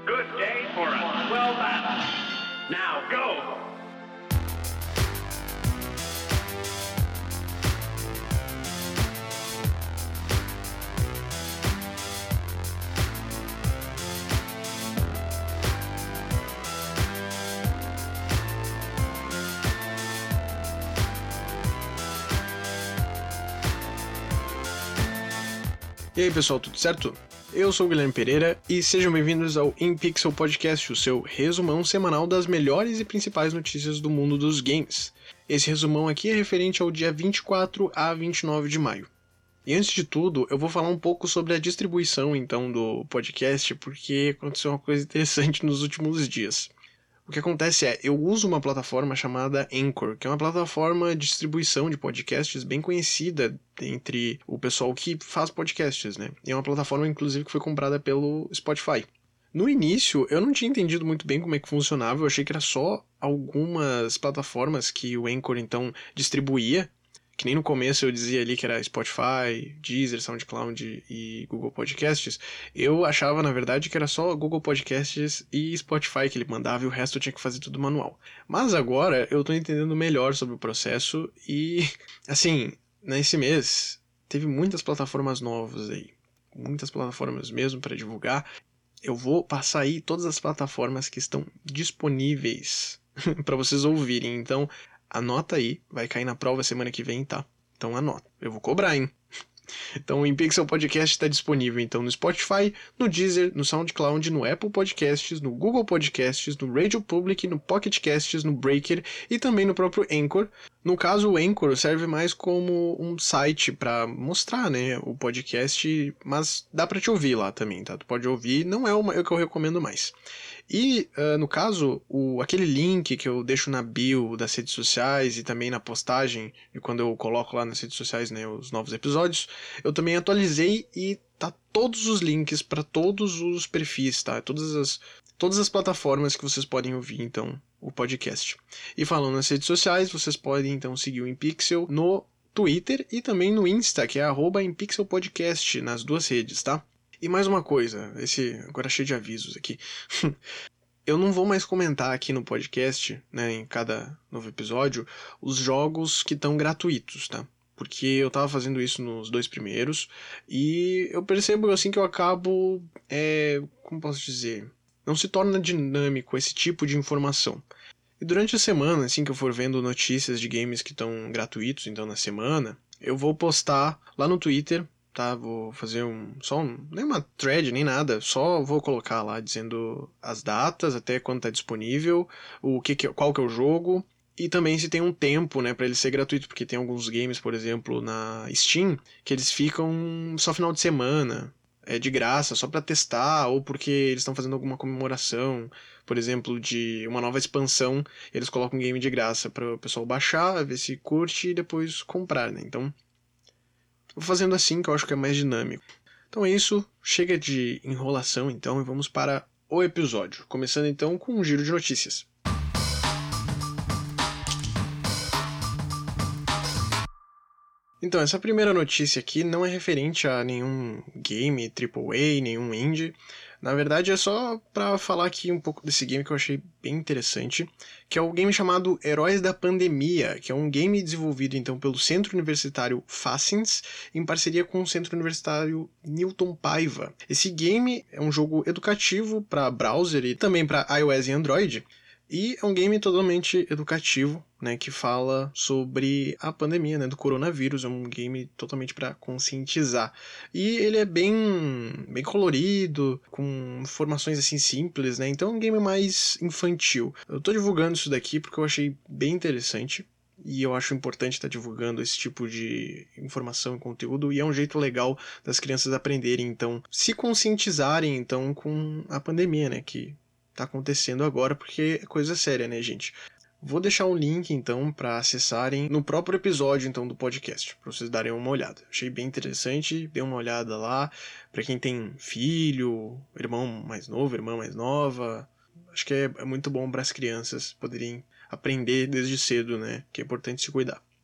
good day for a swell battle. Now go! E aí pessoal, tudo certo? Eu sou o Guilherme Pereira e sejam bem-vindos ao InPixel Podcast, o seu resumão semanal das melhores e principais notícias do mundo dos games. Esse resumão aqui é referente ao dia 24 a 29 de maio. E antes de tudo, eu vou falar um pouco sobre a distribuição então do podcast, porque aconteceu uma coisa interessante nos últimos dias. O que acontece é, eu uso uma plataforma chamada Anchor, que é uma plataforma de distribuição de podcasts bem conhecida entre o pessoal que faz podcasts, né? E é uma plataforma, inclusive, que foi comprada pelo Spotify. No início, eu não tinha entendido muito bem como é que funcionava, eu achei que era só algumas plataformas que o Anchor, então, distribuía. Que nem no começo eu dizia ali que era Spotify, Deezer, SoundCloud e Google Podcasts. Eu achava, na verdade, que era só Google Podcasts e Spotify que ele mandava e o resto eu tinha que fazer tudo manual. Mas agora eu tô entendendo melhor sobre o processo e, assim, nesse mês teve muitas plataformas novas aí. Muitas plataformas mesmo para divulgar. Eu vou passar aí todas as plataformas que estão disponíveis para vocês ouvirem, então anota aí, vai cair na prova semana que vem, tá? Então anota, eu vou cobrar, hein? Então o InPixel Podcast está disponível então no Spotify, no Deezer, no SoundCloud, no Apple Podcasts, no Google Podcasts, no Radio Public, no Pocket Casts, no Breaker e também no próprio Anchor. No caso, o Anchor serve mais como um site para mostrar, né, o podcast, mas dá para te ouvir lá também, tá? Tu pode ouvir, não é o que eu recomendo mais. E, no caso, aquele link que eu deixo na bio das redes sociais e também na postagem, e quando eu coloco lá nas redes sociais, né, os novos episódios, eu também atualizei e tá todos os links para todos os perfis, tá? Todas as plataformas que vocês podem ouvir, então, o podcast. E falando nas redes sociais, vocês podem, então, seguir o InPixel no Twitter e também no Insta, que é @InPixelPodcast, nas duas redes, tá? E mais uma coisa, agora cheio de avisos aqui. Eu não vou mais comentar aqui no podcast, né, em cada novo episódio, os jogos que estão gratuitos, tá? Porque eu tava fazendo isso nos 2 primeiros, e eu percebo assim que eu acabo, como posso dizer, não se torna dinâmico esse tipo de informação. E durante a semana, assim que eu for vendo notícias de games que estão gratuitos, então na semana, eu vou postar lá no Twitter, tá? Vou fazer nem uma thread, nem nada, só vou colocar lá dizendo as datas, até quando tá disponível, qual que é o jogo, e também se tem um tempo, né, pra ele ser gratuito, porque tem alguns games, por exemplo, na Steam, que eles ficam só final de semana, de graça, só pra testar, ou porque eles estão fazendo alguma comemoração, por exemplo, de uma nova expansão, eles colocam um game de graça para o pessoal baixar, ver se curte e depois comprar, né? Então, vou fazendo assim que eu acho que é mais dinâmico. Então é isso, chega de enrolação então e vamos para o episódio. Começando então com um giro de notícias. Então, essa primeira notícia aqui não é referente a nenhum game AAA, nenhum indie. Na verdade, é só pra falar aqui um pouco desse game que eu achei bem interessante, que é o game chamado Heróis da Pandemia, que é um game desenvolvido então pelo Centro Universitário Facens, em parceria com o Centro Universitário Newton Paiva. Esse game é um jogo educativo para browser e também para iOS e Android, e é um game totalmente educativo, né, que fala sobre a pandemia, né, do coronavírus. É um game totalmente para conscientizar. E ele é bem colorido, com informações assim simples, né, então é um game mais infantil. Eu tô divulgando isso daqui porque eu achei bem interessante. E eu acho importante estar divulgando esse tipo de informação e conteúdo, e é um jeito legal das crianças aprenderem, então, se conscientizarem, então, com a pandemia, né, que tá acontecendo agora, porque é coisa séria, né, gente? Vou deixar um link, então, para acessarem no próprio episódio, então, do podcast, para vocês darem uma olhada. Achei bem interessante, dê uma olhada lá, para quem tem filho, irmão mais novo, irmã mais nova. Acho que é muito bom para as crianças poderem aprender desde cedo, né, que é importante se cuidar.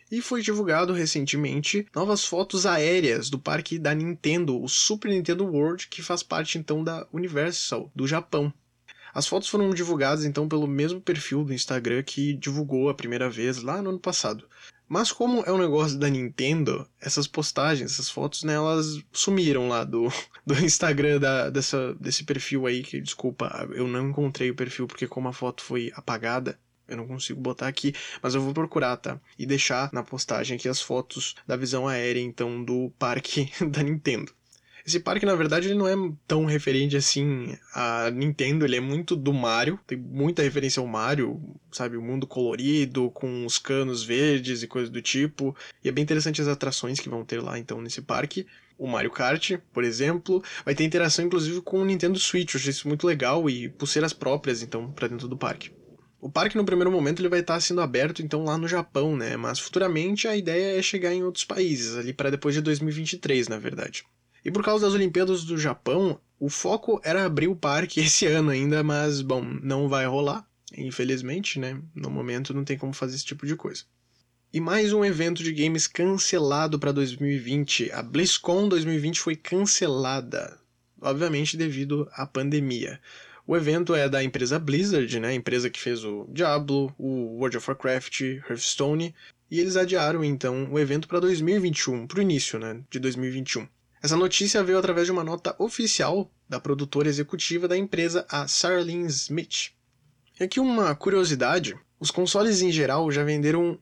E foi divulgado recentemente novas fotos aéreas do parque da Nintendo, o Super Nintendo World, que faz parte então da Universal, do Japão. As fotos foram divulgadas então pelo mesmo perfil do Instagram que divulgou a primeira vez lá no ano passado. Mas como é um negócio da Nintendo, essas postagens, essas fotos, né, elas sumiram lá do Instagram desse perfil aí, que desculpa, eu não encontrei o perfil porque como a foto foi apagada, eu não consigo botar aqui, mas eu vou procurar, tá? E deixar na postagem aqui as fotos da visão aérea, então, do parque da Nintendo. Esse parque, na verdade, ele não é tão referente assim à Nintendo, ele é muito do Mario, tem muita referência ao Mario, sabe, o mundo colorido, com os canos verdes e coisas do tipo, e é bem interessante as atrações que vão ter lá, então, nesse parque. O Mario Kart, por exemplo, vai ter interação, inclusive, com o Nintendo Switch, eu achei isso muito legal, e pulseiras próprias, então, pra dentro do parque. O parque, no primeiro momento, ele vai estar sendo aberto, então, lá no Japão, né, mas futuramente a ideia é chegar em outros países, ali para depois de 2023, na verdade. E por causa das Olimpíadas do Japão, o foco era abrir o parque esse ano ainda, mas, bom, não vai rolar, infelizmente, né? No momento não tem como fazer esse tipo de coisa. E mais um evento de games cancelado para 2020. A BlizzCon 2020 foi cancelada, obviamente devido à pandemia. O evento é da empresa Blizzard, né? A empresa que fez o Diablo, o World of Warcraft, Hearthstone, e eles adiaram então o evento para 2021, para o início, né, de 2021. Essa notícia veio através de uma nota oficial da produtora executiva da empresa, a Sarlene Smith. E aqui uma curiosidade, os consoles em geral já venderam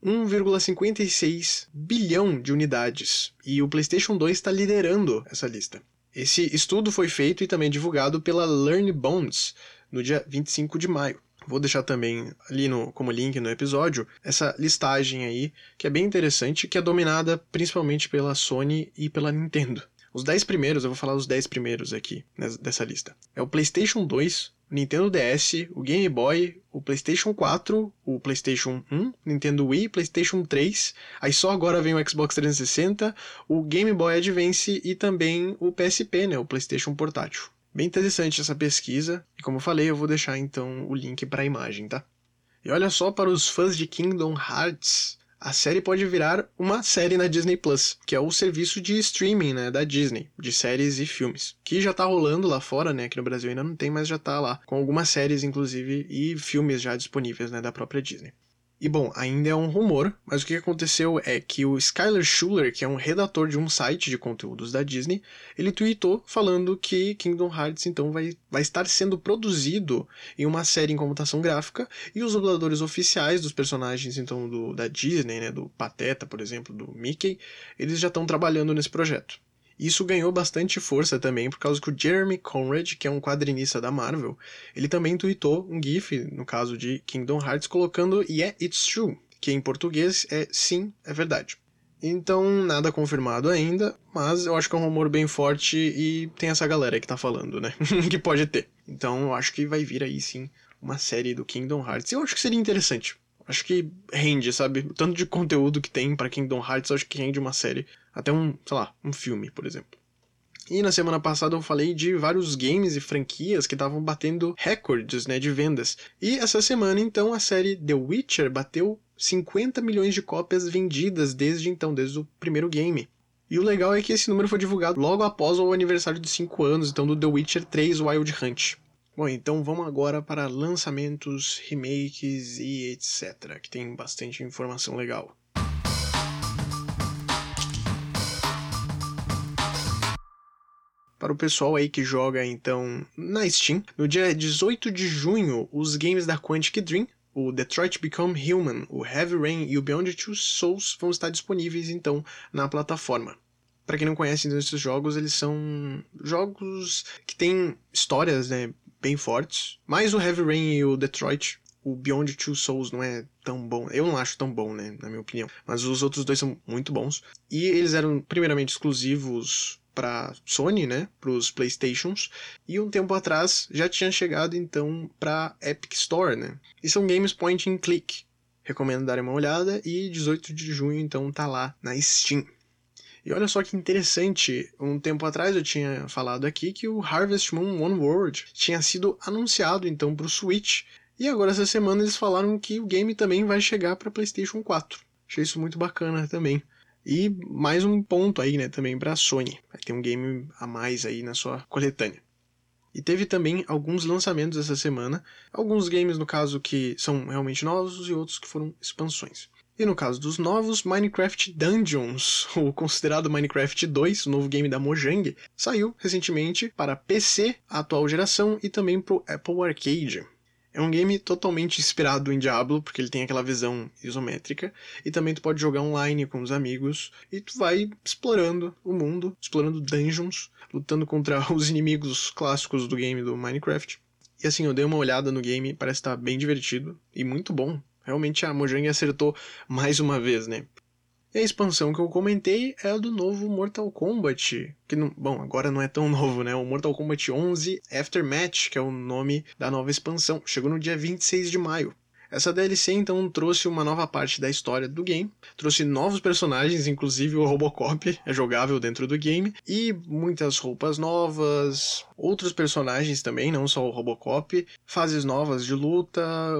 1,56 bilhão de unidades, e o PlayStation 2 está liderando essa lista. Esse estudo foi feito e também divulgado pela Learn Bones no dia 25 de maio. Vou deixar também ali como link no episódio essa listagem aí, que é bem interessante, que é dominada principalmente pela Sony e pela Nintendo. Os 10 primeiros, eu vou falar os 10 primeiros aqui dessa lista. É o PlayStation 2, o Nintendo DS, o Game Boy, o PlayStation 4, o PlayStation 1, Nintendo Wii, PlayStation 3, aí só agora vem o Xbox 360, o Game Boy Advance e também o PSP, né, o PlayStation Portátil. Bem interessante essa pesquisa, e como eu falei, eu vou deixar então o link para a imagem, tá? E olha só, para os fãs de Kingdom Hearts, a série pode virar uma série na Disney Plus, que é o serviço de streaming, né, da Disney, de séries e filmes, que já tá rolando lá fora, né, aqui no Brasil ainda não tem, mas já tá lá, com algumas séries, inclusive, e filmes já disponíveis, né, da própria Disney. E bom, ainda é um rumor, mas o que aconteceu é que o Skylar Schuller, que é um redator de um site de conteúdos da Disney, ele tweetou falando que Kingdom Hearts então vai estar sendo produzido em uma série em computação gráfica, e os dubladores oficiais dos personagens então da Disney, né, do Pateta, por exemplo, do Mickey, eles já estão trabalhando nesse projeto. Isso ganhou bastante força também por causa que o Jeremy Conrad, que é um quadrinista da Marvel, ele também tweetou um gif, no caso de Kingdom Hearts, colocando "Yeah, it's true", que em português é "sim, é verdade". Então, nada confirmado ainda, mas eu acho que é um rumor bem forte e tem essa galera que tá falando, né, que pode ter. Então eu acho que vai vir aí sim uma série do Kingdom Hearts, e eu acho que seria interessante. Acho que rende, sabe? O tanto de conteúdo que tem pra Kingdom Hearts, acho que rende uma série. Até um filme, por exemplo. E na semana passada eu falei de vários games e franquias que estavam batendo recordes, né, de vendas. E essa semana, então, a série The Witcher bateu 50 milhões de cópias vendidas desde o primeiro game. E o legal é que esse número foi divulgado logo após o aniversário de 5 anos, então, do The Witcher 3 Wild Hunt. Bom, então vamos agora para lançamentos, remakes e etc, que tem bastante informação legal. Para o pessoal aí que joga então na Steam, no dia 18 de junho, os games da Quantic Dream, o Detroit Become Human, o Heavy Rain e o Beyond Two Souls vão estar disponíveis então na plataforma. Para quem não conhece então, esses jogos, eles são jogos que têm histórias, né, bem fortes, mas o Heavy Rain e o Detroit, o Beyond Two Souls não é tão bom, eu não acho tão bom, né, na minha opinião, mas os outros dois são muito bons, e eles eram primeiramente exclusivos para Sony, né, para os Playstations, e um tempo atrás já tinha chegado então para Epic Store, né, e são games point and click, recomendo darem uma olhada, e 18 de junho então tá lá na Steam. E olha só que interessante, um tempo atrás eu tinha falado aqui que o Harvest Moon One World tinha sido anunciado então para o Switch, e agora essa semana eles falaram que o game também vai chegar para PlayStation 4. Achei isso muito bacana também. E mais um ponto aí, né, também pra Sony. Vai ter um game a mais aí na sua coletânea. E teve também alguns lançamentos essa semana, alguns games no caso que são realmente novos e outros que foram expansões. E no caso dos novos, Minecraft Dungeons, o considerado Minecraft 2, o novo game da Mojang, saiu recentemente para PC, atual geração, e também para o Apple Arcade. É um game totalmente inspirado em Diablo, porque ele tem aquela visão isométrica, e também tu pode jogar online com os amigos, e tu vai explorando o mundo, explorando dungeons, lutando contra os inimigos clássicos do game do Minecraft. E assim, eu dei uma olhada no game, parece estar bem divertido e muito bom. Realmente a Mojang acertou mais uma vez, né? E a expansão que eu comentei é a do novo Mortal Kombat, que não, bom, agora não é tão novo, né? O Mortal Kombat 11 Aftermath, que é o nome da nova expansão, chegou no dia 26 de maio. Essa DLC então trouxe uma nova parte da história do game, trouxe novos personagens, inclusive o Robocop é jogável dentro do game, e muitas roupas novas, outros personagens também, não só o Robocop, fases novas de luta,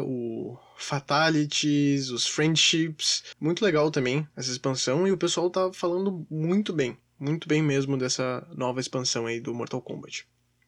o Fatalities, os Friendships, muito legal também essa expansão, e o pessoal tá falando muito bem mesmo dessa nova expansão aí do Mortal Kombat.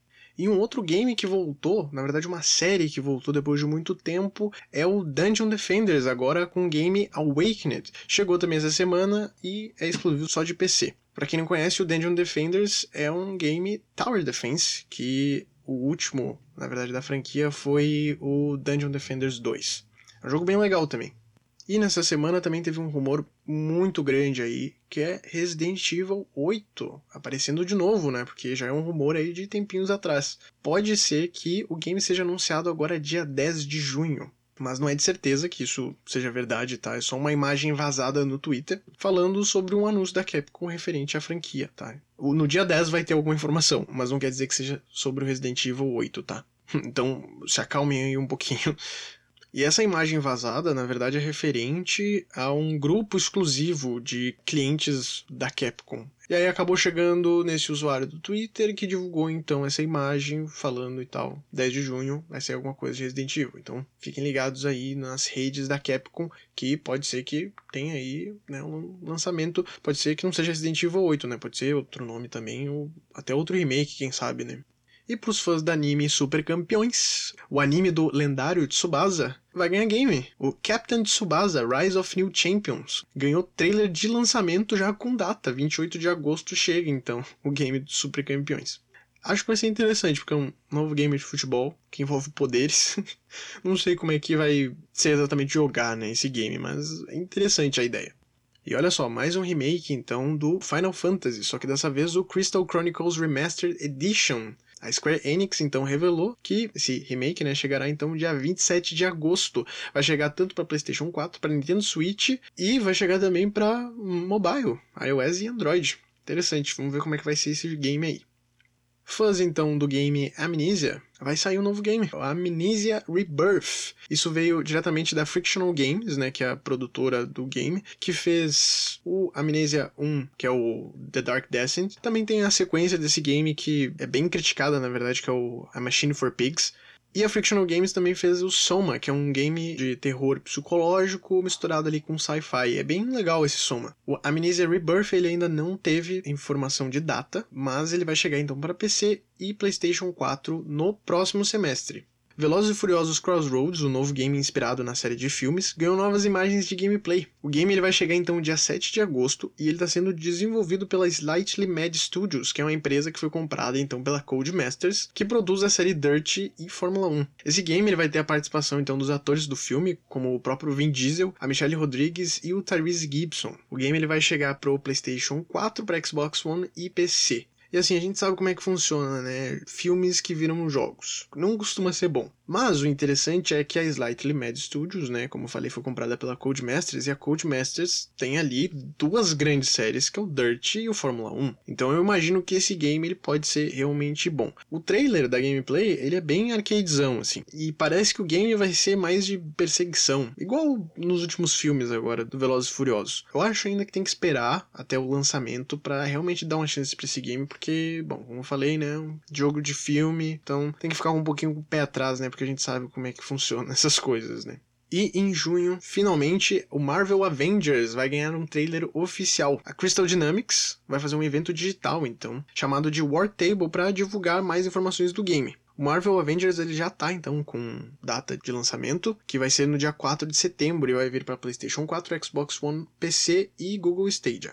E um outro game que voltou, na verdade uma série que voltou depois de muito tempo, é o Dungeon Defenders, agora com o game Awakened. Chegou também essa semana e é exclusivo só de PC. Pra quem não conhece, o Dungeon Defenders é um game Tower Defense, que o último, na verdade, da franquia foi o Dungeon Defenders 2. É um jogo bem legal também. E nessa semana também teve um rumor muito grande aí, que é Resident Evil 8, aparecendo de novo, né? Porque já é um rumor aí de tempinhos atrás. Pode ser que o game seja anunciado agora dia 10 de junho. Mas não é de certeza que isso seja verdade, tá? É só uma imagem vazada no Twitter falando sobre um anúncio da Capcom referente à franquia, tá? No dia 10 vai ter alguma informação, mas não quer dizer que seja sobre o Resident Evil 8, tá? Então se acalmem aí um pouquinho. E essa imagem vazada, na verdade, é referente a um grupo exclusivo de clientes da Capcom. E aí acabou chegando nesse usuário do Twitter que divulgou então essa imagem falando e tal. 10 de junho vai ser alguma coisa de Resident Evil. Então fiquem ligados aí nas redes da Capcom, que pode ser que tenha aí, né, um lançamento. Pode ser que não seja Resident Evil 8, né? Pode ser outro nome também, ou até outro remake, quem sabe, né? E pros fãs do anime Super Campeões, o anime do lendário Tsubasa vai ganhar game. O Captain Tsubasa Rise of New Champions ganhou trailer de lançamento já com data, 28 de agosto chega então o game dos Super Campeões. Acho que vai ser interessante, porque é um novo game de futebol que envolve poderes. Não sei como é que vai ser exatamente jogar, né, esse game, mas é interessante a ideia. E olha só, mais um remake então do Final Fantasy, só que dessa vez o Crystal Chronicles Remastered Edition. A Square Enix então revelou que esse remake, né, chegará então dia 27 de agosto. Vai chegar tanto para PlayStation 4, para Nintendo Switch e vai chegar também para mobile, iOS e Android. Interessante, vamos ver como é que vai ser esse game aí. Fãs então do game Amnesia, vai sair um novo game, o Amnesia Rebirth. Isso veio diretamente da Frictional Games, né, que é a produtora do game, que fez o Amnesia 1, que é o The Dark Descent. Também tem a sequência desse game que é bem criticada, na verdade, que é o A Machine for Pigs. E a Frictional Games também fez o Soma, que é um game de terror psicológico misturado ali com sci-fi. É bem legal esse Soma. O Amnesia Rebirth ele ainda não teve informação de data, mas ele vai chegar então para PC e PlayStation 4 no próximo semestre. Velozes e Furiosos Crossroads, o novo game inspirado na série de filmes, ganhou novas imagens de gameplay. O game ele vai chegar então dia 7 de agosto e ele está sendo desenvolvido pela Slightly Mad Studios, que é uma empresa que foi comprada então pela Codemasters, que produz a série Dirt e Fórmula 1. Esse game ele vai ter a participação então dos atores do filme, como o próprio Vin Diesel, a Michelle Rodrigues e o Tyrese Gibson. O game ele vai chegar para o PlayStation 4, para Xbox One e PC. E assim, a gente sabe como é que funciona, né? Filmes que viram jogos. Não costuma ser bom. Mas o interessante é que a Slightly Mad Studios, né, como eu falei, foi comprada pela Codemasters, e a Codemasters tem ali duas grandes séries, que é o Dirt e o Fórmula 1. Então eu imagino que esse game ele pode ser realmente bom. O trailer da gameplay, ele é bem arcadezão, assim, e parece que o game vai ser mais de perseguição, igual nos últimos filmes agora, do Velozes e Furiosos. Eu acho ainda que tem que esperar até o lançamento pra realmente dar uma chance pra esse game, porque, bom, como eu falei, né, um jogo de filme, então tem que ficar um pouquinho com o pé atrás, né, porque a gente sabe como é que funciona essas coisas, né. E em junho, finalmente, o Marvel Avengers vai ganhar um trailer oficial. A Crystal Dynamics vai fazer um evento digital, então, chamado de War Table, para divulgar mais informações do game. O Marvel Avengers ele já tá, então, com data de lançamento, que vai ser no dia 4 de setembro e vai vir para PlayStation 4, Xbox One, PC e Google Stadia.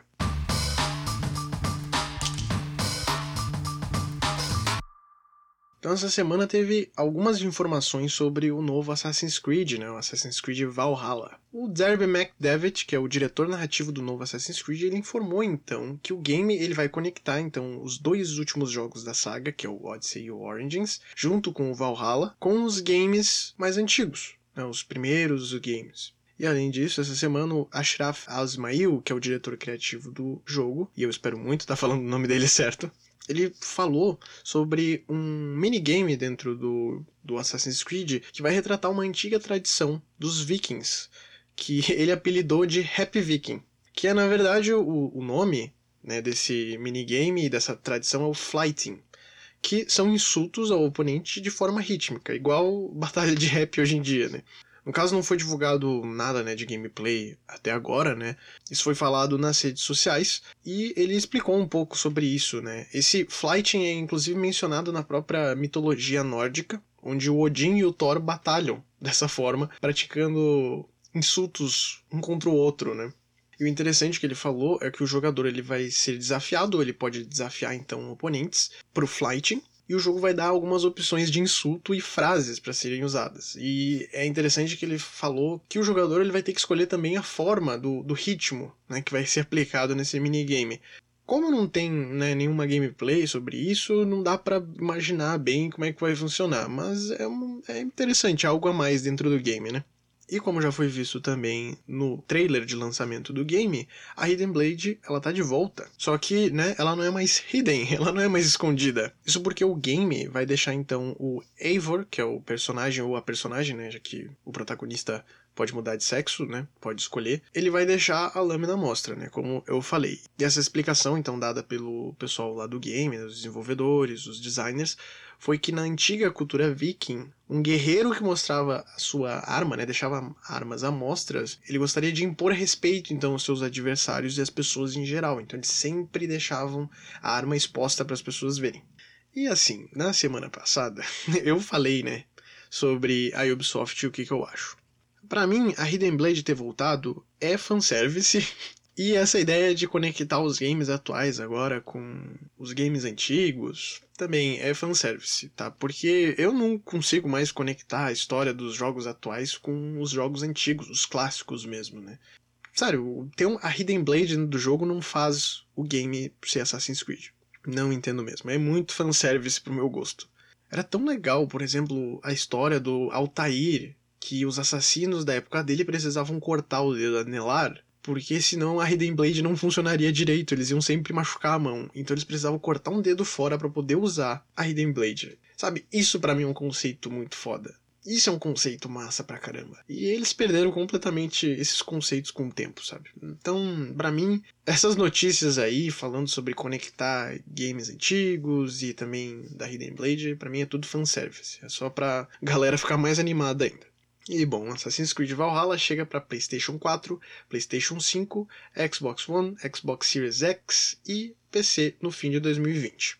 Então essa semana teve algumas informações sobre o novo Assassin's Creed, né? O Assassin's Creed Valhalla. O Derby McDevitt, que é o diretor narrativo do novo Assassin's Creed, ele informou então que o game ele vai conectar então os dois últimos jogos da saga, que é o Odyssey e o Origins, junto com o Valhalla, com os games mais antigos, né? Os primeiros games. E além disso, essa semana o Ashraf Al-Ismail, que é o diretor criativo do jogo, e eu espero muito estar falando o nome dele certo, ele falou sobre um minigame dentro do Assassin's Creed que vai retratar uma antiga tradição dos vikings, que ele apelidou de Happy Viking, que é na verdade o nome, né, desse minigame e dessa tradição é o Flyting, que são insultos ao oponente de forma rítmica, igual batalha de rap hoje em dia, né? No caso, não foi divulgado nada, né, de gameplay até agora, né? Isso foi falado nas redes sociais e ele explicou um pouco sobre isso, né? Esse Flyting é inclusive mencionado na própria mitologia nórdica, onde o Odin e o Thor batalham dessa forma, praticando insultos um contra o outro, né? E o interessante que ele falou é que o jogador ele vai ser desafiado, ele pode desafiar então oponentes pro Flyting, e o jogo vai dar algumas opções de insulto e frases para serem usadas. E é interessante que ele falou que o jogador ele vai ter que escolher também a forma do ritmo, né, que vai ser aplicado nesse minigame. Como não tem, né, nenhuma gameplay sobre isso, não dá para imaginar bem como é que vai funcionar, mas é interessante, algo a mais dentro do game, né? E como já foi visto também no trailer de lançamento do game, a Hidden Blade, ela tá de volta. Só que, né, ela não é mais hidden, ela não é mais escondida. Isso porque o game vai deixar então o Eivor, que é o personagem ou a personagem, né, já que o protagonista pode mudar de sexo, né, pode escolher, ele vai deixar a lâmina à mostra, né, como eu falei. E essa explicação, então, dada pelo pessoal lá do game, os desenvolvedores, os designers, foi que na antiga cultura viking, um guerreiro que mostrava a sua arma, né, deixava armas à mostra, ele gostaria de impor respeito, então, aos seus adversários e às pessoas em geral. Então, eles sempre deixavam a arma exposta para as pessoas verem. E assim, na semana passada, eu falei, né, sobre a Ubisoft e o que eu acho. Pra mim, a Hidden Blade ter voltado é fanservice, e essa ideia de conectar os games atuais agora com os games antigos também é fanservice, tá? Porque eu não consigo mais conectar a história dos jogos atuais com os jogos antigos, os clássicos mesmo, né? Sério, a Hidden Blade do jogo não faz o game ser Assassin's Creed. Não entendo mesmo, é muito fanservice pro meu gosto. Era tão legal, por exemplo, a história do Altair, que os assassinos da época dele precisavam cortar o dedo anelar, porque senão a Hidden Blade não funcionaria direito, eles iam sempre machucar a mão, então eles precisavam cortar um dedo fora para poder usar a Hidden Blade. Sabe, isso pra mim é um conceito muito foda. Isso é um conceito massa pra caramba. E eles perderam completamente esses conceitos com o tempo, sabe? Então, pra mim, essas notícias aí, falando sobre conectar games antigos e também da Hidden Blade, pra mim é tudo fanservice. É só pra galera ficar mais animada ainda. E bom, Assassin's Creed Valhalla chega para PlayStation 4, PlayStation 5, Xbox One, Xbox Series X e PC no fim de 2020.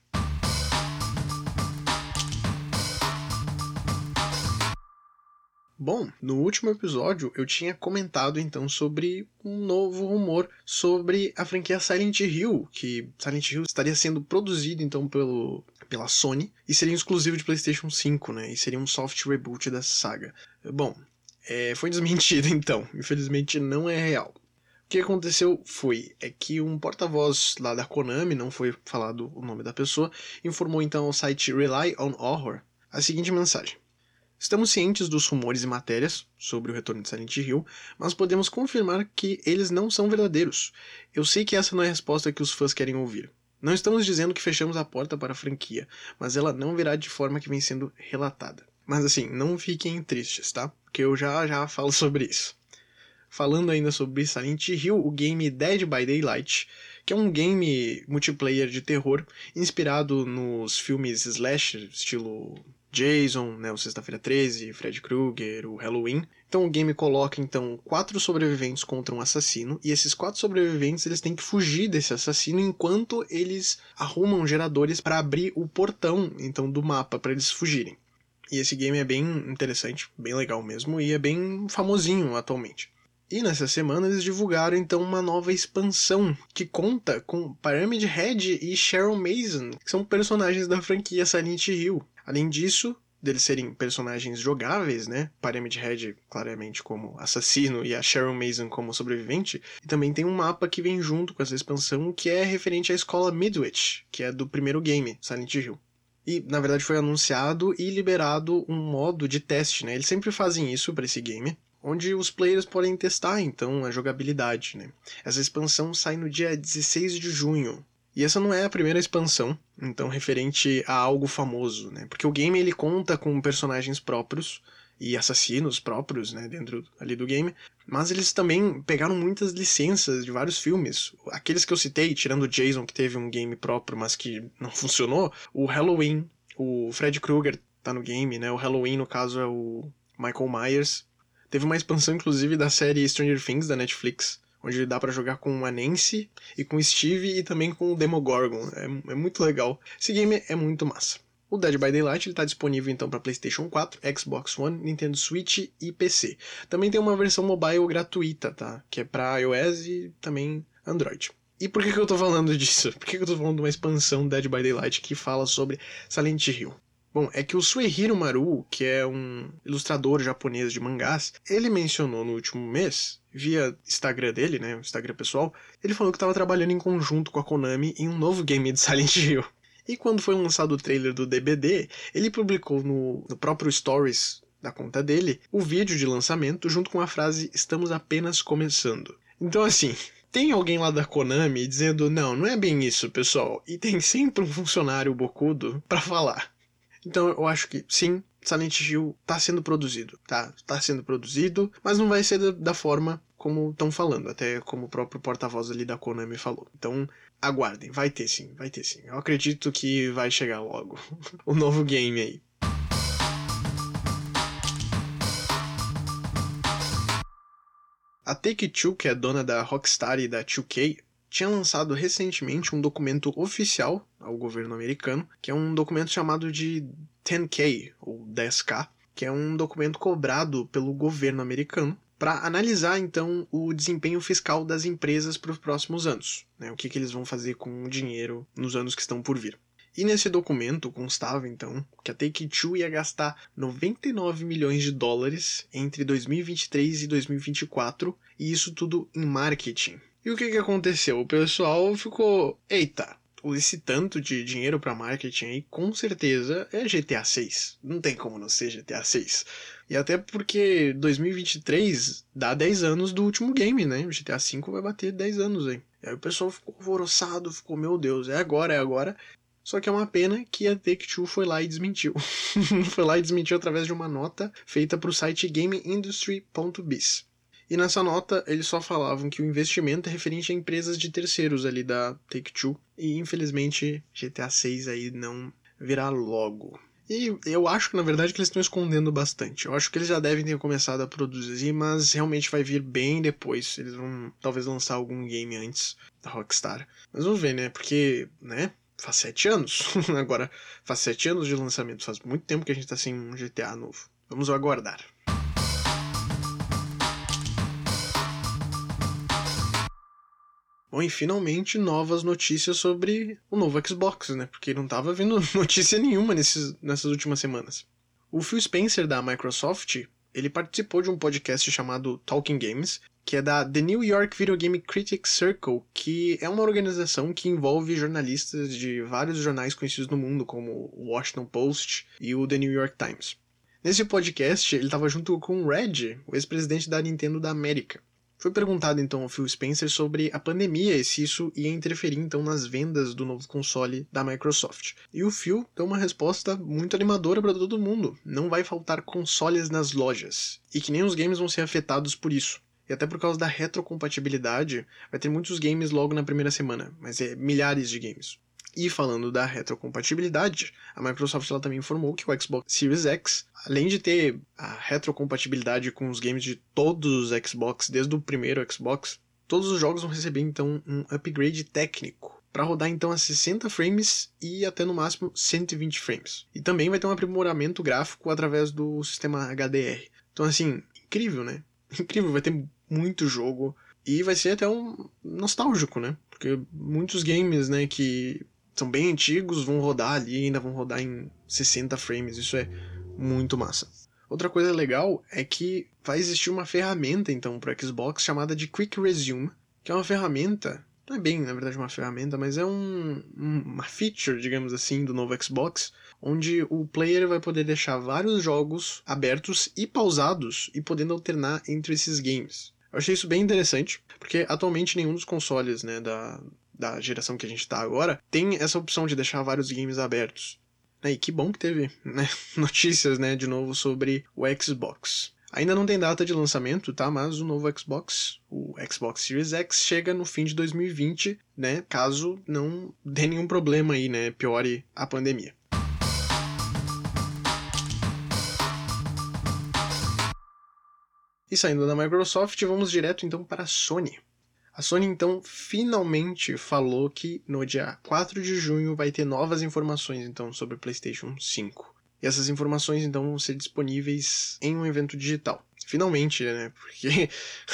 Bom, no último episódio eu tinha comentado então sobre um novo rumor sobre a franquia Silent Hill, que Silent Hill estaria sendo produzido então pela Sony e seria exclusivo de PlayStation 5, né? E seria um soft reboot da saga. Bom, foi desmentido então, infelizmente não é real. O que aconteceu é que um porta-voz lá da Konami, não foi falado o nome da pessoa, informou então ao site Rely on Horror a seguinte mensagem: estamos cientes dos rumores e matérias sobre o retorno de Silent Hill, mas podemos confirmar que eles não são verdadeiros. Eu sei que essa não é a resposta que os fãs querem ouvir. Não estamos dizendo que fechamos a porta para a franquia, mas ela não virá de forma que vem sendo relatada. Mas assim, não fiquem tristes, tá? Porque eu já falo sobre isso. Falando ainda sobre Silent Hill, o game Dead by Daylight, que é um game multiplayer de terror inspirado nos filmes slasher, estilo Jason, né, o Sexta-feira 13, Freddy Krueger, o Halloween. Então o game coloca, então, 4 sobreviventes contra um assassino, e esses 4 sobreviventes eles têm que fugir desse assassino enquanto eles arrumam geradores para abrir o portão, então, do mapa, para eles fugirem. E esse game é bem interessante, bem legal mesmo, e é bem famosinho atualmente. E nessa semana eles divulgaram então uma nova expansão que conta com Pyramid Head e Cheryl Mason, que são personagens da franquia Silent Hill. Além disso, deles serem personagens jogáveis, né? Pyramid Head claramente como assassino e a Cheryl Mason como sobrevivente. E também tem um mapa que vem junto com essa expansão que é referente à escola Midwich, que é do primeiro game, Silent Hill. E, na verdade, foi anunciado e liberado um modo de teste, né? Eles sempre fazem isso para esse game, onde os players podem testar, então, a jogabilidade, né? Essa expansão sai no dia 16 de junho. E essa não é a primeira expansão, então, referente a algo famoso, né? Porque o game, ele conta com personagens próprios e assassinos próprios, né? Dentro ali do game. Mas eles também pegaram muitas licenças de vários filmes. Aqueles que eu citei, tirando o Jason, que teve um game próprio, mas que não funcionou. O Halloween, o Freddy Krueger tá no game, né? O Halloween, no caso, é o Michael Myers. Teve uma expansão, inclusive, da série Stranger Things, da Netflix, onde dá pra jogar com a Nancy e com o Steve e também com o Demogorgon. É muito legal. Esse game é muito massa. O Dead by Daylight está disponível então para PlayStation 4, Xbox One, Nintendo Switch e PC. Também tem uma versão mobile gratuita, tá? Que é para iOS e também Android. E por que eu tô falando disso? Por que eu tô falando de uma expansão Dead by Daylight que fala sobre Silent Hill? Bom, é que o Suehiro Maru, que é um ilustrador japonês de mangás, ele mencionou no último mês, via Instagram dele, né, o Instagram pessoal, ele falou que estava trabalhando em conjunto com a Konami em um novo game de Silent Hill. E quando foi lançado o trailer do DBD, ele publicou no próprio Stories da conta dele o vídeo de lançamento junto com a frase "Estamos apenas começando". Então assim, tem alguém lá da Konami dizendo não é bem isso, pessoal, e tem sempre um funcionário bocudo pra falar. Então eu acho que sim, Silent Hill tá sendo produzido, tá sendo produzido, mas não vai ser da forma como estão falando, até como o próprio porta-voz ali da Konami falou. Então, aguardem, vai ter sim. Eu acredito que vai chegar logo o novo game aí. A Take-Two, que é dona da Rockstar e da 2K, tinha lançado recentemente um documento oficial ao governo americano, que é um documento chamado de 10K, ou 10K, que é um documento cobrado pelo governo americano para analisar, então, o desempenho fiscal das empresas para os próximos anos, né? O que eles vão fazer com o dinheiro nos anos que estão por vir. E nesse documento constava, então, que a Take-Two ia gastar 99 milhões de dólares entre 2023 e 2024, e isso tudo em marketing. E o que aconteceu? O pessoal ficou, eita, esse tanto de dinheiro para marketing aí, com certeza é GTA 6. Não tem como não ser GTA 6. E até porque 2023 dá 10 anos do último game, né? O GTA 5 vai bater 10 anos aí. E aí o pessoal ficou alvoroçado, ficou, meu Deus, é agora. Só que é uma pena que a Take-Two foi lá e desmentiu. Foi lá e desmentiu através de uma nota feita para o site GameIndustry.biz. E nessa nota, eles só falavam que o investimento é referente a empresas de terceiros ali da Take-Two. E, infelizmente, GTA 6 aí não virá logo. E eu acho que, na verdade, que eles estão escondendo bastante. Eu acho que eles já devem ter começado a produzir, mas realmente vai vir bem depois. Eles vão, talvez, lançar algum game antes da Rockstar. Mas vamos ver, né? Porque, né? Faz 7 anos. Agora, faz 7 anos de lançamento. Faz muito tempo que a gente tá sem um GTA novo. Vamos aguardar. Bom, e finalmente novas notícias sobre o novo Xbox, né? Porque não tava vendo notícia nenhuma nessas últimas semanas. O Phil Spencer da Microsoft, ele participou de um podcast chamado Talking Games, que é da The New York Video Game Critics Circle, que é uma organização que envolve jornalistas de vários jornais conhecidos no mundo, como o Washington Post e o The New York Times. Nesse podcast, ele estava junto com o Reggie, o ex-presidente da Nintendo da América. Foi perguntado então ao Phil Spencer sobre a pandemia e se isso ia interferir então nas vendas do novo console da Microsoft. E o Phil deu uma resposta muito animadora para todo mundo. Não vai faltar consoles nas lojas. E que nem os games vão ser afetados por isso. E até por causa da retrocompatibilidade, vai ter muitos games logo na primeira semana, mas é milhares de games. E falando da retrocompatibilidade, a Microsoft ela também informou que o Xbox Series X, além de ter a retrocompatibilidade com os games de todos os Xbox, desde o primeiro Xbox, todos os jogos vão receber então um upgrade técnico para rodar então a 60 frames e até no máximo 120 frames. E também vai ter um aprimoramento gráfico através do sistema HDR. Então assim, incrível, né? Incrível, vai ter muito jogo e vai ser até um nostálgico, né? Porque muitos games, né, que são bem antigos vão rodar ali e ainda vão rodar em 60 frames. Isso é muito massa. Outra coisa legal é que vai existir uma ferramenta, então, para o Xbox chamada de Quick Resume, que é uma ferramenta, não é bem, na verdade, uma ferramenta, mas é uma feature, digamos assim, do novo Xbox, onde o player vai poder deixar vários jogos abertos e pausados e podendo alternar entre esses games. Eu achei isso bem interessante, porque atualmente nenhum dos consoles, né, da geração que a gente está agora tem essa opção de deixar vários games abertos. E que bom que teve, né, notícias, né, de novo sobre o Xbox. Ainda não tem data de lançamento, tá? Mas o novo Xbox, o Xbox Series X, chega no fim de 2020, né? Caso não dê nenhum problema aí, né? Piore a pandemia. E saindo da Microsoft, vamos direto então para a Sony. A Sony, então, finalmente falou que no dia 4 de junho vai ter novas informações, então, sobre o PlayStation 5. E essas informações, então, vão ser disponíveis em um evento digital. Finalmente, né? Porque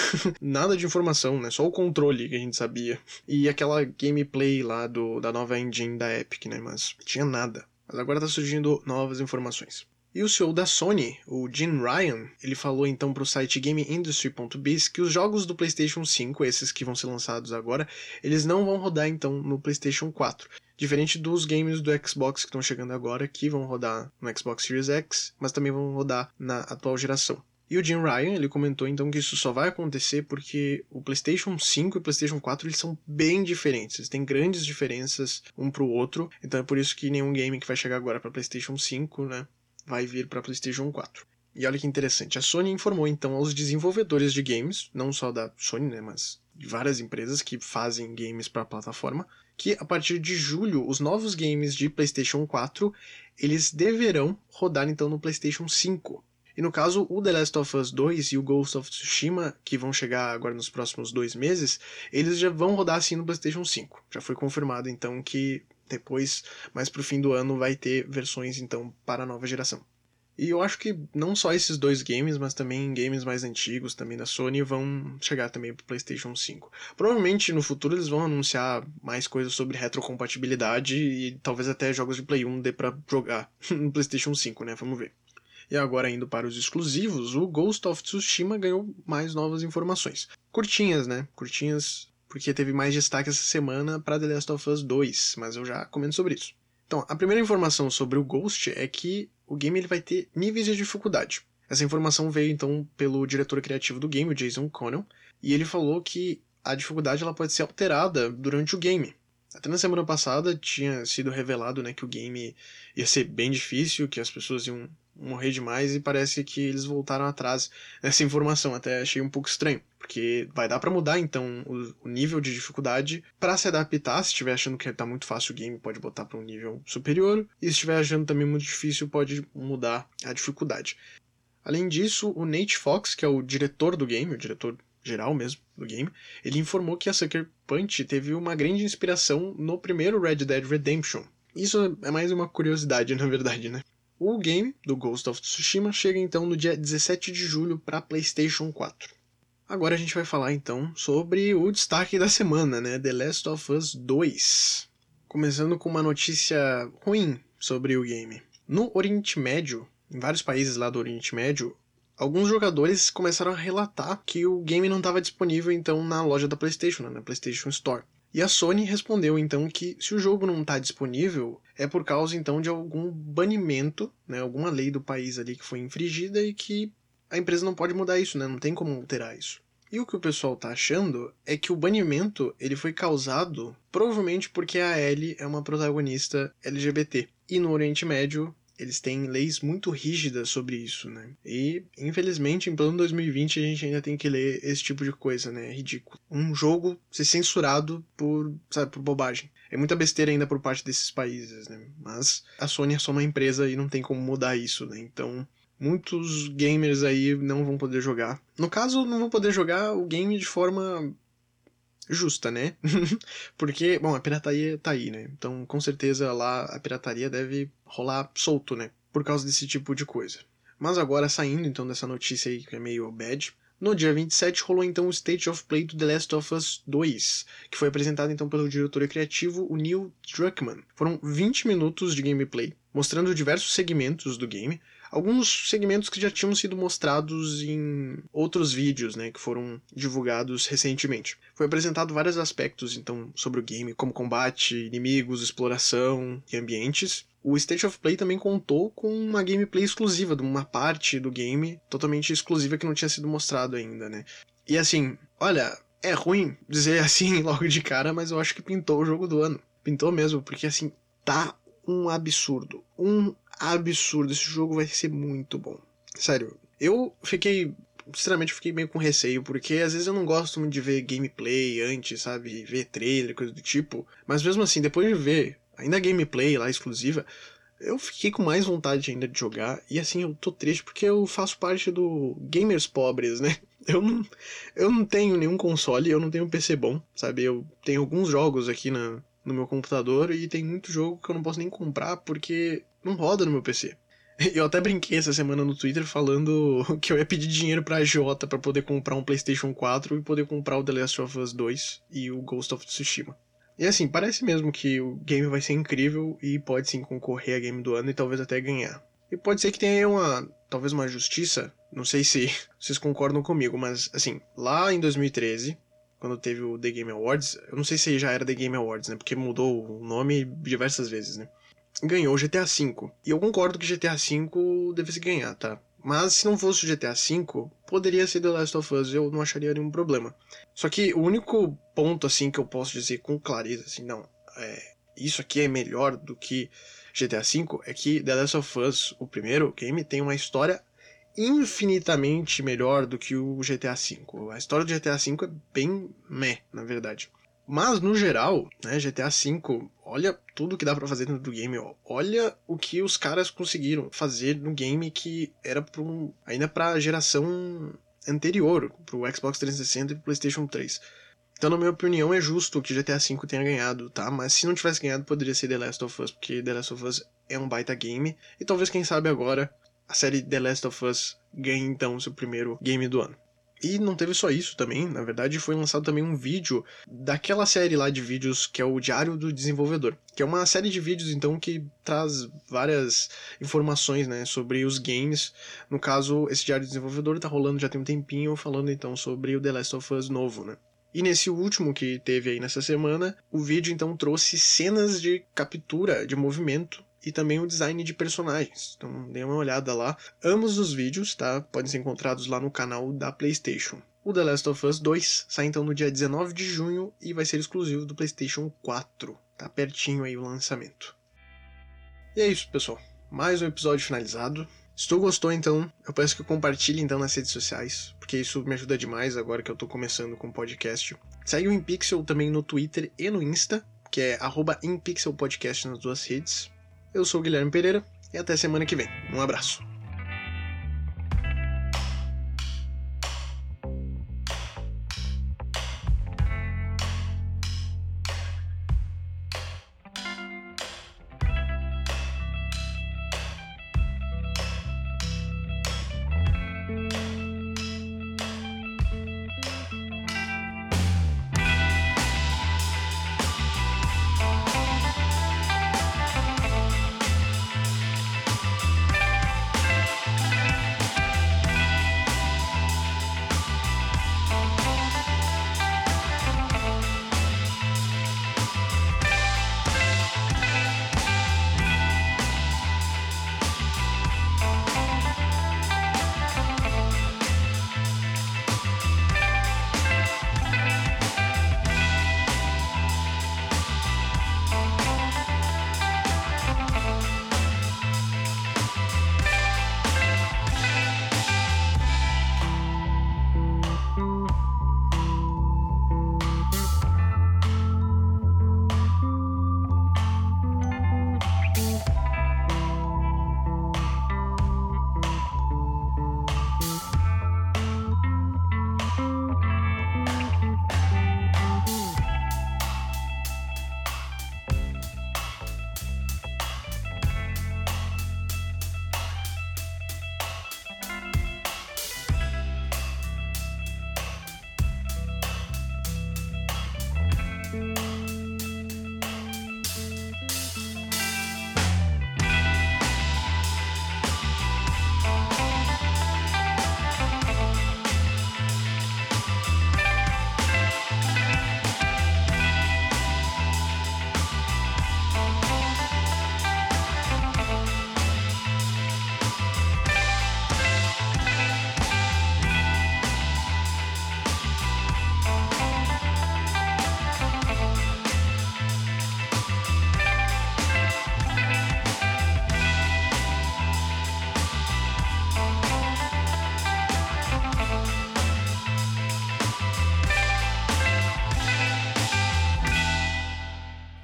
nada de informação, né? Só o controle que a gente sabia. E aquela gameplay lá da nova engine da Epic, né? Mas tinha nada. Mas agora tá surgindo novas informações. E o CEO da Sony, o Jim Ryan, ele falou então para o site GameIndustry.biz que os jogos do PlayStation 5, esses que vão ser lançados agora, eles não vão rodar então no PlayStation 4. Diferente dos games do Xbox que estão chegando agora, que vão rodar no Xbox Series X, mas também vão rodar na atual geração. E o Jim Ryan, ele comentou então que isso só vai acontecer porque o PlayStation 5 e o PlayStation 4 eles são bem diferentes, eles têm grandes diferenças um pro outro, então é por isso que nenhum game que vai chegar agora para PlayStation 5, né, vai vir para PlayStation 4. E olha que interessante, a Sony informou então aos desenvolvedores de games, não só da Sony, né, mas de várias empresas que fazem games para a plataforma, que a partir de julho os novos games de PlayStation 4 eles deverão rodar então no PlayStation 5. E no caso, o The Last of Us 2 e o Ghost of Tsushima, que vão chegar agora nos próximos 2 meses, eles já vão rodar sim no PlayStation 5. Já foi confirmado então que depois, mais pro fim do ano, vai ter versões então para a nova geração. E eu acho que não só esses dois games, mas também games mais antigos também da Sony vão chegar também pro PlayStation 5. Provavelmente no futuro eles vão anunciar mais coisas sobre retrocompatibilidade e talvez até jogos de Play 1 dê pra jogar no PlayStation 5, né? Vamos ver. E agora indo para os exclusivos, o Ghost of Tsushima ganhou mais novas informações. Curtinhas, né? Curtinhas porque teve mais destaque essa semana para The Last of Us 2, mas eu já comento sobre isso. Então, a primeira informação sobre o Ghost é que o game ele vai ter níveis de dificuldade. Essa informação veio então pelo diretor criativo do game, o Jason Connell, e ele falou que a dificuldade ela pode ser alterada durante o game. Até na semana passada tinha sido revelado, né, que o game ia ser bem difícil, que as pessoas iam morrer demais, e parece que eles voltaram atrás nessa informação. Até achei um pouco estranho, porque vai dar pra mudar então o nível de dificuldade pra se adaptar. Se estiver achando que tá muito fácil o game, pode botar pra um nível superior, e se estiver achando também muito difícil, pode mudar a dificuldade. Além disso, o Nate Fox, que é o diretor do game, o diretor geral mesmo do game, ele informou que a Sucker Punch teve uma grande inspiração no primeiro Red Dead Redemption. Isso é mais uma curiosidade, na verdade, né? O game do Ghost of Tsushima chega então no dia 17 de julho para PlayStation 4. Agora a gente vai falar então sobre o destaque da semana, né? The Last of Us 2. Começando com uma notícia ruim sobre o game. No Oriente Médio, em vários países lá do Oriente Médio, alguns jogadores começaram a relatar que o game não estava disponível então na loja da PlayStation, né, na PlayStation Store. E a Sony respondeu então que se o jogo não está disponível é por causa então de algum banimento, né, alguma lei do país ali que foi infringida e que a empresa não pode mudar isso, né, não tem como alterar isso. E o que o pessoal está achando é que o banimento ele foi causado provavelmente porque a Ellie é uma protagonista LGBT. E no Oriente Médio eles têm leis muito rígidas sobre isso, né? E, infelizmente, em plano 2020, a gente ainda tem que ler esse tipo de coisa, né? É ridículo. Um jogo ser censurado por bobagem. É muita besteira ainda por parte desses países, né? Mas a Sony é só uma empresa e não tem como mudar isso, né? Então, muitos gamers aí não vão poder jogar. No caso, não vão poder jogar o game de forma justa, né? Porque, bom, a pirataria tá aí, né? Então, com certeza lá a pirataria deve rolar solto, né? Por causa desse tipo de coisa. Mas agora, saindo então dessa notícia aí que é meio bad, no dia 27 rolou então o State of Play do The Last of Us 2, que foi apresentado então pelo diretor criativo, o Neil Druckmann. Foram 20 minutos de gameplay, mostrando diversos segmentos do game, alguns segmentos que já tinham sido mostrados em outros vídeos, né, que foram divulgados recentemente. Foi apresentado vários aspectos, então, sobre o game, como combate, inimigos, exploração e ambientes. O State of Play também contou com uma gameplay exclusiva, de uma parte do game totalmente exclusiva que não tinha sido mostrado ainda, né. E assim, olha, é ruim dizer assim logo de cara, mas eu acho que pintou o jogo do ano. Pintou mesmo, porque assim, tá um absurdo. Esse jogo vai ser muito bom. Sério, eu fiquei meio com receio, porque às vezes eu não gosto muito de ver gameplay antes, sabe, ver trailer, coisa do tipo, mas mesmo assim, depois de ver ainda a gameplay lá exclusiva, eu fiquei com mais vontade ainda de jogar, e assim, eu tô triste porque eu faço parte do gamers pobres, né? Eu não tenho nenhum console, eu não tenho um PC bom, sabe, eu tenho alguns jogos aqui no meu computador, e tem muito jogo que eu não posso nem comprar porque não roda no meu PC. Eu até brinquei essa semana no Twitter falando que eu ia pedir dinheiro pra agiota pra poder comprar um PlayStation 4 e poder comprar o The Last of Us 2 e o Ghost of Tsushima. E assim, parece mesmo que o game vai ser incrível e pode sim concorrer a game do ano e talvez até ganhar. E pode ser que tenha talvez uma justiça, não sei se vocês concordam comigo, mas assim, lá em 2013... quando teve o The Game Awards, eu não sei se já era The Game Awards, né, porque mudou o nome diversas vezes, né, ganhou o GTA V, e eu concordo que GTA V devesse ganhar, tá, mas se não fosse o GTA V, poderia ser The Last of Us, eu não acharia nenhum problema. Só que o único ponto, assim, que eu posso dizer com clareza, assim, não, isso aqui é melhor do que GTA V, é que The Last of Us, o primeiro game, tem uma história infinitamente melhor do que o GTA V. A história do GTA V é bem meh, na verdade. Mas, no geral, né, GTA V, olha tudo que dá pra fazer dentro do game, ó. Olha o que os caras conseguiram fazer no game que era ainda pra geração anterior, pro Xbox 360 e pro PlayStation 3. Então, na minha opinião, é justo que GTA V tenha ganhado, tá? Mas se não tivesse ganhado, poderia ser The Last of Us, porque The Last of Us é um baita game, e talvez, quem sabe agora, a série The Last of Us ganha então seu primeiro game do ano. E não teve só isso também, na verdade foi lançado também um vídeo daquela série lá de vídeos que é o Diário do Desenvolvedor, que é uma série de vídeos então que traz várias informações, né, sobre os games. No caso, esse Diário do Desenvolvedor tá rolando já tem um tempinho, falando então sobre o The Last of Us novo, né. E nesse último que teve aí nessa semana, o vídeo então trouxe cenas de captura de movimento e também o design de personagens. Então dê uma olhada lá. Ambos os vídeos, tá? Podem ser encontrados lá no canal da PlayStation. O The Last of Us 2 sai então no dia 19 de junho e vai ser exclusivo do PlayStation 4. Tá pertinho aí o lançamento. E é isso, pessoal. Mais um episódio finalizado. Se tu gostou, então, eu peço que compartilhe então nas redes sociais, porque isso me ajuda demais agora que eu tô começando com o podcast. Segue o InPixel também no Twitter e no Insta, que é @InPixelPodcast nas duas redes. Eu sou o Guilherme Pereira e até semana que vem. Um abraço.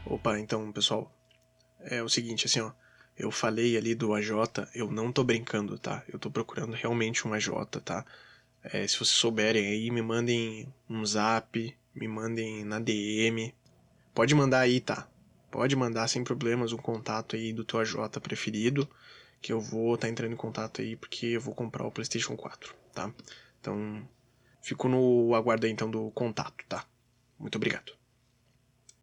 Opa, então, pessoal, é o seguinte, assim, ó, eu falei ali do AJ, eu não tô brincando, tá? Eu tô procurando realmente um AJ, tá? Se vocês souberem aí, me mandem um zap, me mandem na DM. Pode mandar aí, tá? Pode mandar sem problemas um contato aí do teu AJ preferido, que eu vou estar entrando em contato aí porque eu vou comprar o PlayStation 4, tá? Então, fico no aguardo aí então do contato, tá? Muito obrigado.